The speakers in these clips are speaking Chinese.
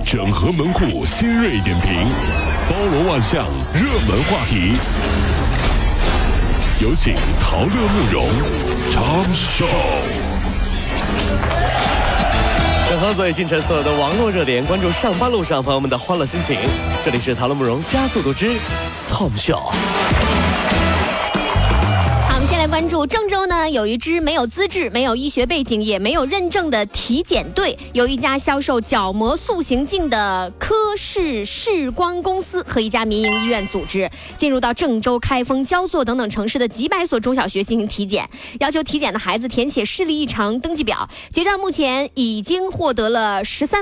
整合门户新锐点评，包罗万象，热门话题。有请陶乐慕容长寿。 整合最近城所有的网络热点，关注上班路上朋友们的欢乐心情。这里是陶乐慕容加速度之 Tom Show。 关注郑州呢，有一支没有资质、没有医学背景、也没有认证的体检队，由一家销售角膜塑形镜的科氏视光公司和一家民营医院组织，进入到郑州、开封、焦作等等城市的几百所中小学进行体检，要求体检的孩子填写视力异常登记表。截至目前，已经获得了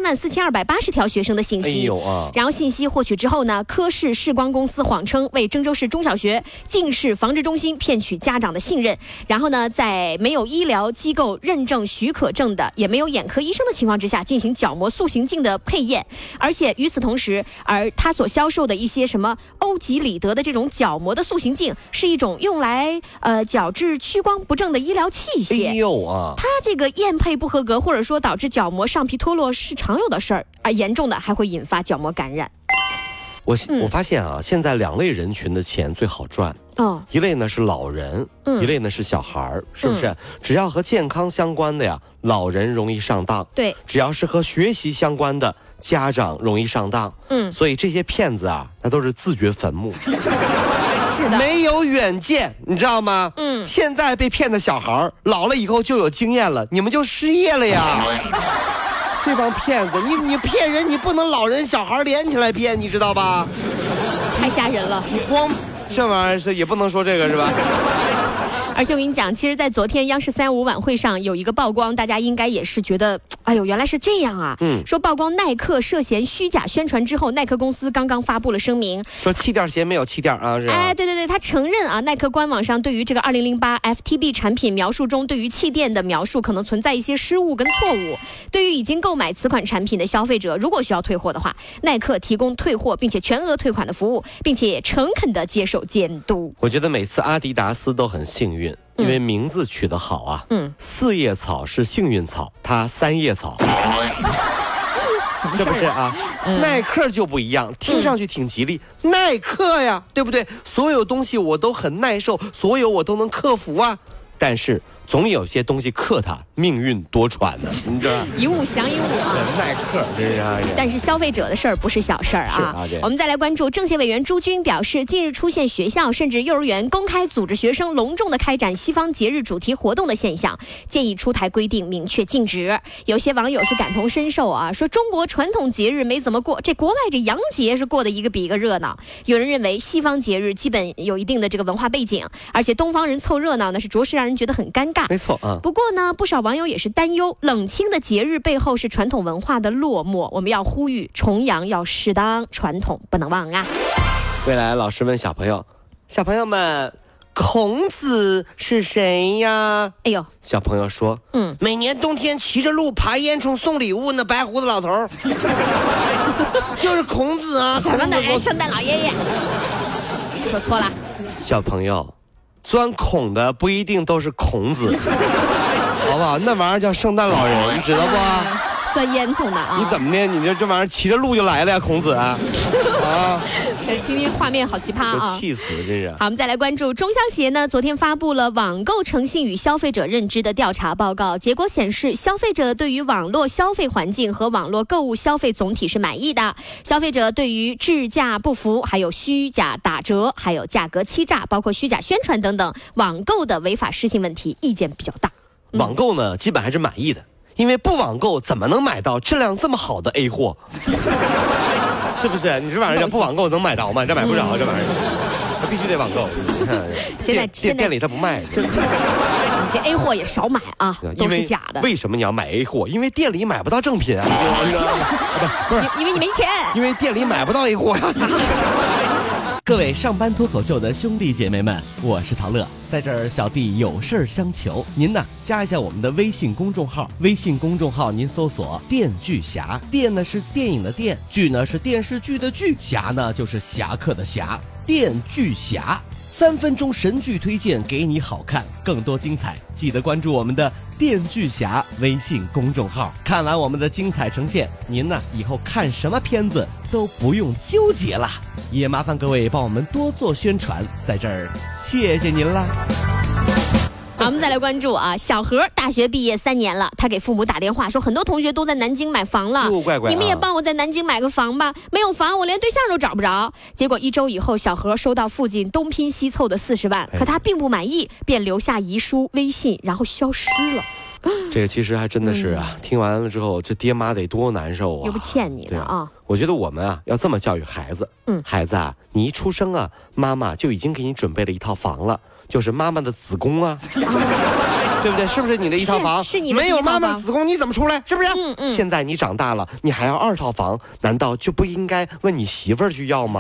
134280条学生的信息。然后信息获取之后呢，科氏视光公司谎称为郑州市中小学近视防治中心骗取家长的信任。然后呢，在没有医疗机构认证许可证的，也没有眼科医生的情况之下，进行角膜塑形镜的配验。而且与此同时，而他所销售的一些什么欧吉里德的这种角膜的塑形镜，是一种用来矫治屈光不正的医疗器械。它这个验配不合格，或者说导致角膜上皮脱落是常有的事儿，而严重的还会引发角膜感染。 我发现啊，现在两类人群的钱最好赚。一类呢是老人，一类呢是小孩，是不是？只要和健康相关的呀，老人容易上当。对，只要是和学习相关的，家长容易上当。所以这些骗子啊，那都是自掘坟墓。是的，没有远见，你知道吗？现在被骗的小孩，老了以后就有经验了，你们就失业了呀。这帮骗子，你骗人，你不能老人小孩连起来骗，你知道吧？ 太吓人了。 你光这玩意儿是也不能说这个是吧？ 而且我跟你讲，其实在昨天央视315晚会上有一个曝光，大家应该也是觉得哎呦原来是这样啊。说曝光耐克涉嫌虚假宣传之后，耐克公司刚刚发布了声明，说气垫鞋没有气垫啊。 对，他承认啊，耐克官网上对于这个2008 FTB 产品描述中对于气垫的描述可能存在一些失误跟错误。对于已经购买此款产品的消费者，如果需要退货的话，耐克提供退货并且全额退款的服务，并且诚恳地接受监督。 我觉得每次阿迪达斯都很幸运，因为名字取得好啊。4叶草是幸运草，它3叶草。是不是啊？耐克就不一样，听上去挺吉利。耐克呀，对不对？所有东西我都很耐受，所有我都能克服啊。但是总有些东西克它，命运多舛呢，你知道吗？ 一物降一物啊！ 耐克真是。 但是消费者的事儿不是小事儿啊。我们再来关注政协委员朱军表示，近日出现学校甚至幼儿园公开组织学生隆重的开展西方节日主题活动的现象，建议出台规定明确禁止。有些网友是感同身受啊，说中国传统节日没怎么过，这国外这洋节是过得一个比一个热闹。有人认为西方节日基本有一定的这个文化背景，而且东方人凑热闹呢是着实让人觉得很尴尬。 没错啊。 不过呢，不少网友也是担忧，冷清的节日背后是传统文化的落寞。我们要呼吁重阳要适当，传统不能忘啊。 未来老师问小朋友们，孔子是谁呀？哎呦，小朋友说，每年冬天骑着鹿爬烟囱送礼物那白胡子老头就是孔子啊。 什么的圣诞老爷爷？说错了。 小朋友，钻孔的不一定都是孔子，好不好？那玩意儿叫圣诞老人，知道不？ 钻烟囱的啊！ 你怎么的？你这玩意儿骑着鹿就来了呀，孔子啊！ 听听画面好奇葩啊！ 气死，真是。 好，我们再来关注中消协呢，昨天发布了网购诚信与消费者认知的调查报告，结果显示，消费者对于网络消费环境和网络购物消费总体是满意的。消费者对于质价不符，还有虚假打折，还有价格欺诈，包括虚假宣传等等网购的违法失信问题，意见比较大。 网购呢，基本还是满意的。因为不网购怎么能买到质量这么好的 A 货？是不是？你这玩意儿不网购能买着吗？这买不着，这玩意儿，它必须得网购。你看，现在店里它不卖。 你这 A 货也少买啊，都是假的。 为什么你要买 A 货？因为店里买不到正品啊。 不是，因为你没钱。 因为店里买不到 A 货呀。 各位上班脱口秀的兄弟姐妹们，我是陶乐，在这儿小弟有事儿相求，您呢加一下我们的微信公众号，微信公众号您搜索电锯侠，电呢是电影的电，剧呢是电视剧的剧，侠呢就是侠客的侠，电锯侠，3分钟神剧推荐给你好看，更多精彩记得关注我们的电锯侠微信公众号。看完我们的精彩呈现，您呢以后看什么片子都不用纠结了，也麻烦各位帮我们多做宣传，在这儿谢谢您啦。 好，我们再来关注啊，小何大学毕业3年了，他给父母打电话说，很多同学都在南京买房了，你们也帮我在南京买个房吧，没有房我连对象都找不着。结果1周以后，小何收到父亲东拼西凑的40万，可他并不满意，便留下遗书、微信，然后消失了。 这个其实还真的是啊，听完了之后，这爹妈得多难受啊！ 又不欠你的啊！ 我觉得我们啊要这么教育孩子，孩子啊，你一出生啊，妈妈就已经给你准备了一套房了，就是妈妈的子宫啊，对不对？是不是你的一套房？ 是你的没有妈妈的子宫你怎么出来？是不是？现在你长大了，你还要2套房，难道就不应该问你媳妇儿去要吗？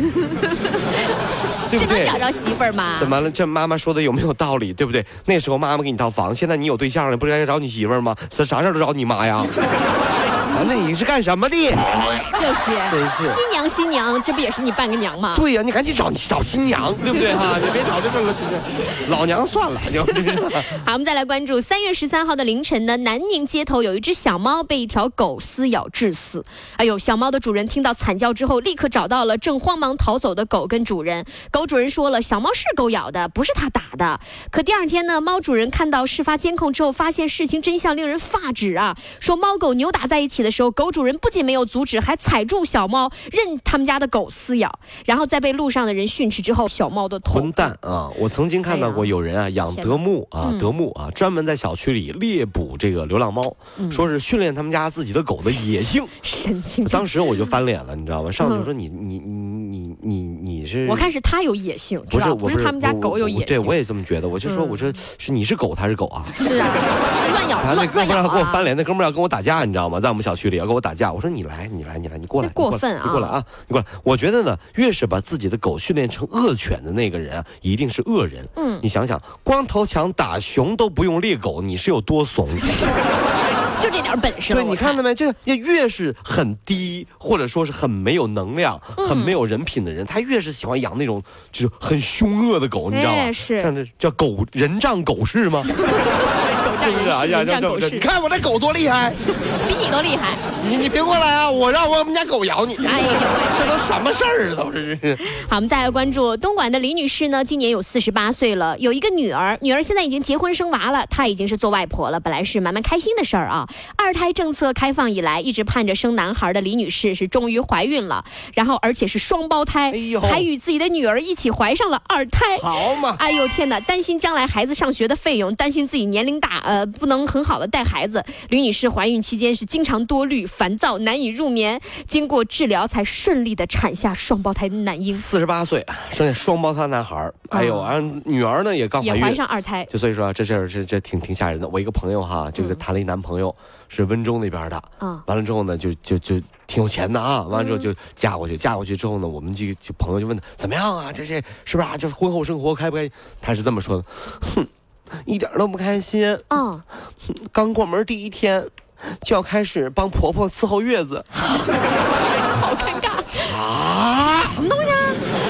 对不对？ 这能找着媳妇儿吗？ 怎么了？这妈妈说的有没有道理？对不对？那时候妈妈给你套房，现在你有对象了，不是该找你媳妇儿吗？啥事儿都找你妈呀？啊，那你是干什么的？ 就是新娘，这不也是你半个娘吗？ 对呀，你赶紧找新娘，对不对哈？你别找这个老娘算了，就。 好，我们再来关注3月13号的凌晨呢，南宁街头有一只小猫被一条狗撕咬致死。哎呦，小猫的主人听到惨叫之后，立刻找到了正慌忙逃走的狗跟主人。狗主人说了，小猫是狗咬的，不是他打的。可第2天呢，猫主人看到事发监控之后，发现事情真相令人发指啊！说猫狗扭打在一起的时候，狗主人不仅没有阻止，还踩住小猫，任他们家的狗撕咬，然后在被路上的人训斥之后，小猫的头混蛋啊！我曾经看到过有人啊养德牧啊，专门在小区里猎捕这个流浪猫，说是训练他们家自己的狗的野性， 神经病。 当时我就翻脸了，你知道吗？上去就说你是， 我看是他有野性，不是他们家狗有野性。 对，我也这么觉得。我就说，我说是你是狗，他是狗啊？ 是啊，乱咬。 那哥们儿要跟我翻脸，那哥们儿要跟我打架，你知道吗？在我们小区里要跟我打架。我说你来，你过来， 过分啊！ 你过来啊，你过来。我觉得呢，越是把自己的狗训练成恶犬的那个人啊，一定是恶人。你想想，光头强打熊都不用猎狗，你是有多怂？ 就这点本事。 对，你看到没？这越是很低，或者说是很没有能量、很没有人品的人，他越是喜欢养那种就是很凶恶的狗，你知道吗？ 是， 像这叫狗人仗狗势吗？是不是？哎呀，你看我这狗多厉害， 比你都厉害。 你别过来啊！我让我们家狗咬你。哎呀，这都什么事儿啊？都是。 好，我们再来关注东莞的李女士呢，今年有48岁了，有一个女儿现在已经结婚生娃了，她已经是做外婆了，本来是蛮开心的事儿啊。2胎政策开放以来，一直盼着生男孩的李女士是终于怀孕了，然后而且是双胞胎，还与自己的女儿一起怀上了2胎。 好嘛！ 哎呦天哪，担心将来孩子上学的费用，担心自己年龄大，不能很好的带孩子。李女士怀孕期间是经常多虑、烦躁、难以入眠，经过治疗才顺利的产下双胞胎男婴。 48岁生下双胞胎男孩，哎呦，女儿呢也刚怀孕， 也怀上2胎。 就所以说这事儿这挺吓人的。我一个朋友哈，这个谈了一男朋友，是温州那边的，完了之后呢就挺有钱的啊，完了之后就嫁过去之后呢，我们就朋友就问他怎么样啊，这是不是啊？就是婚后生活开不开心？他是这么说的，哼，一点都不开心啊！刚过门第1天，就要开始帮婆婆伺候月子， 好尴尬啊！什么东西啊？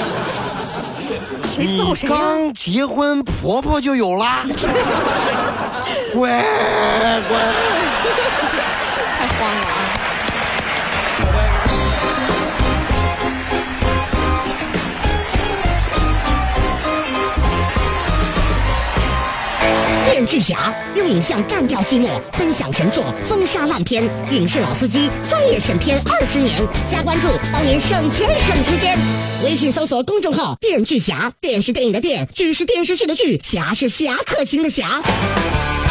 谁伺候谁？ 刚结婚，婆婆就有了，乖， 太慌了啊！ 电锯侠用影像干掉寂寞，分享神作，封杀烂片，影视老司机专业审片20年，加关注帮您省钱省时间。微信搜索公众号电锯侠，电是电影的电，剧是电视剧的剧，侠是侠客行的侠。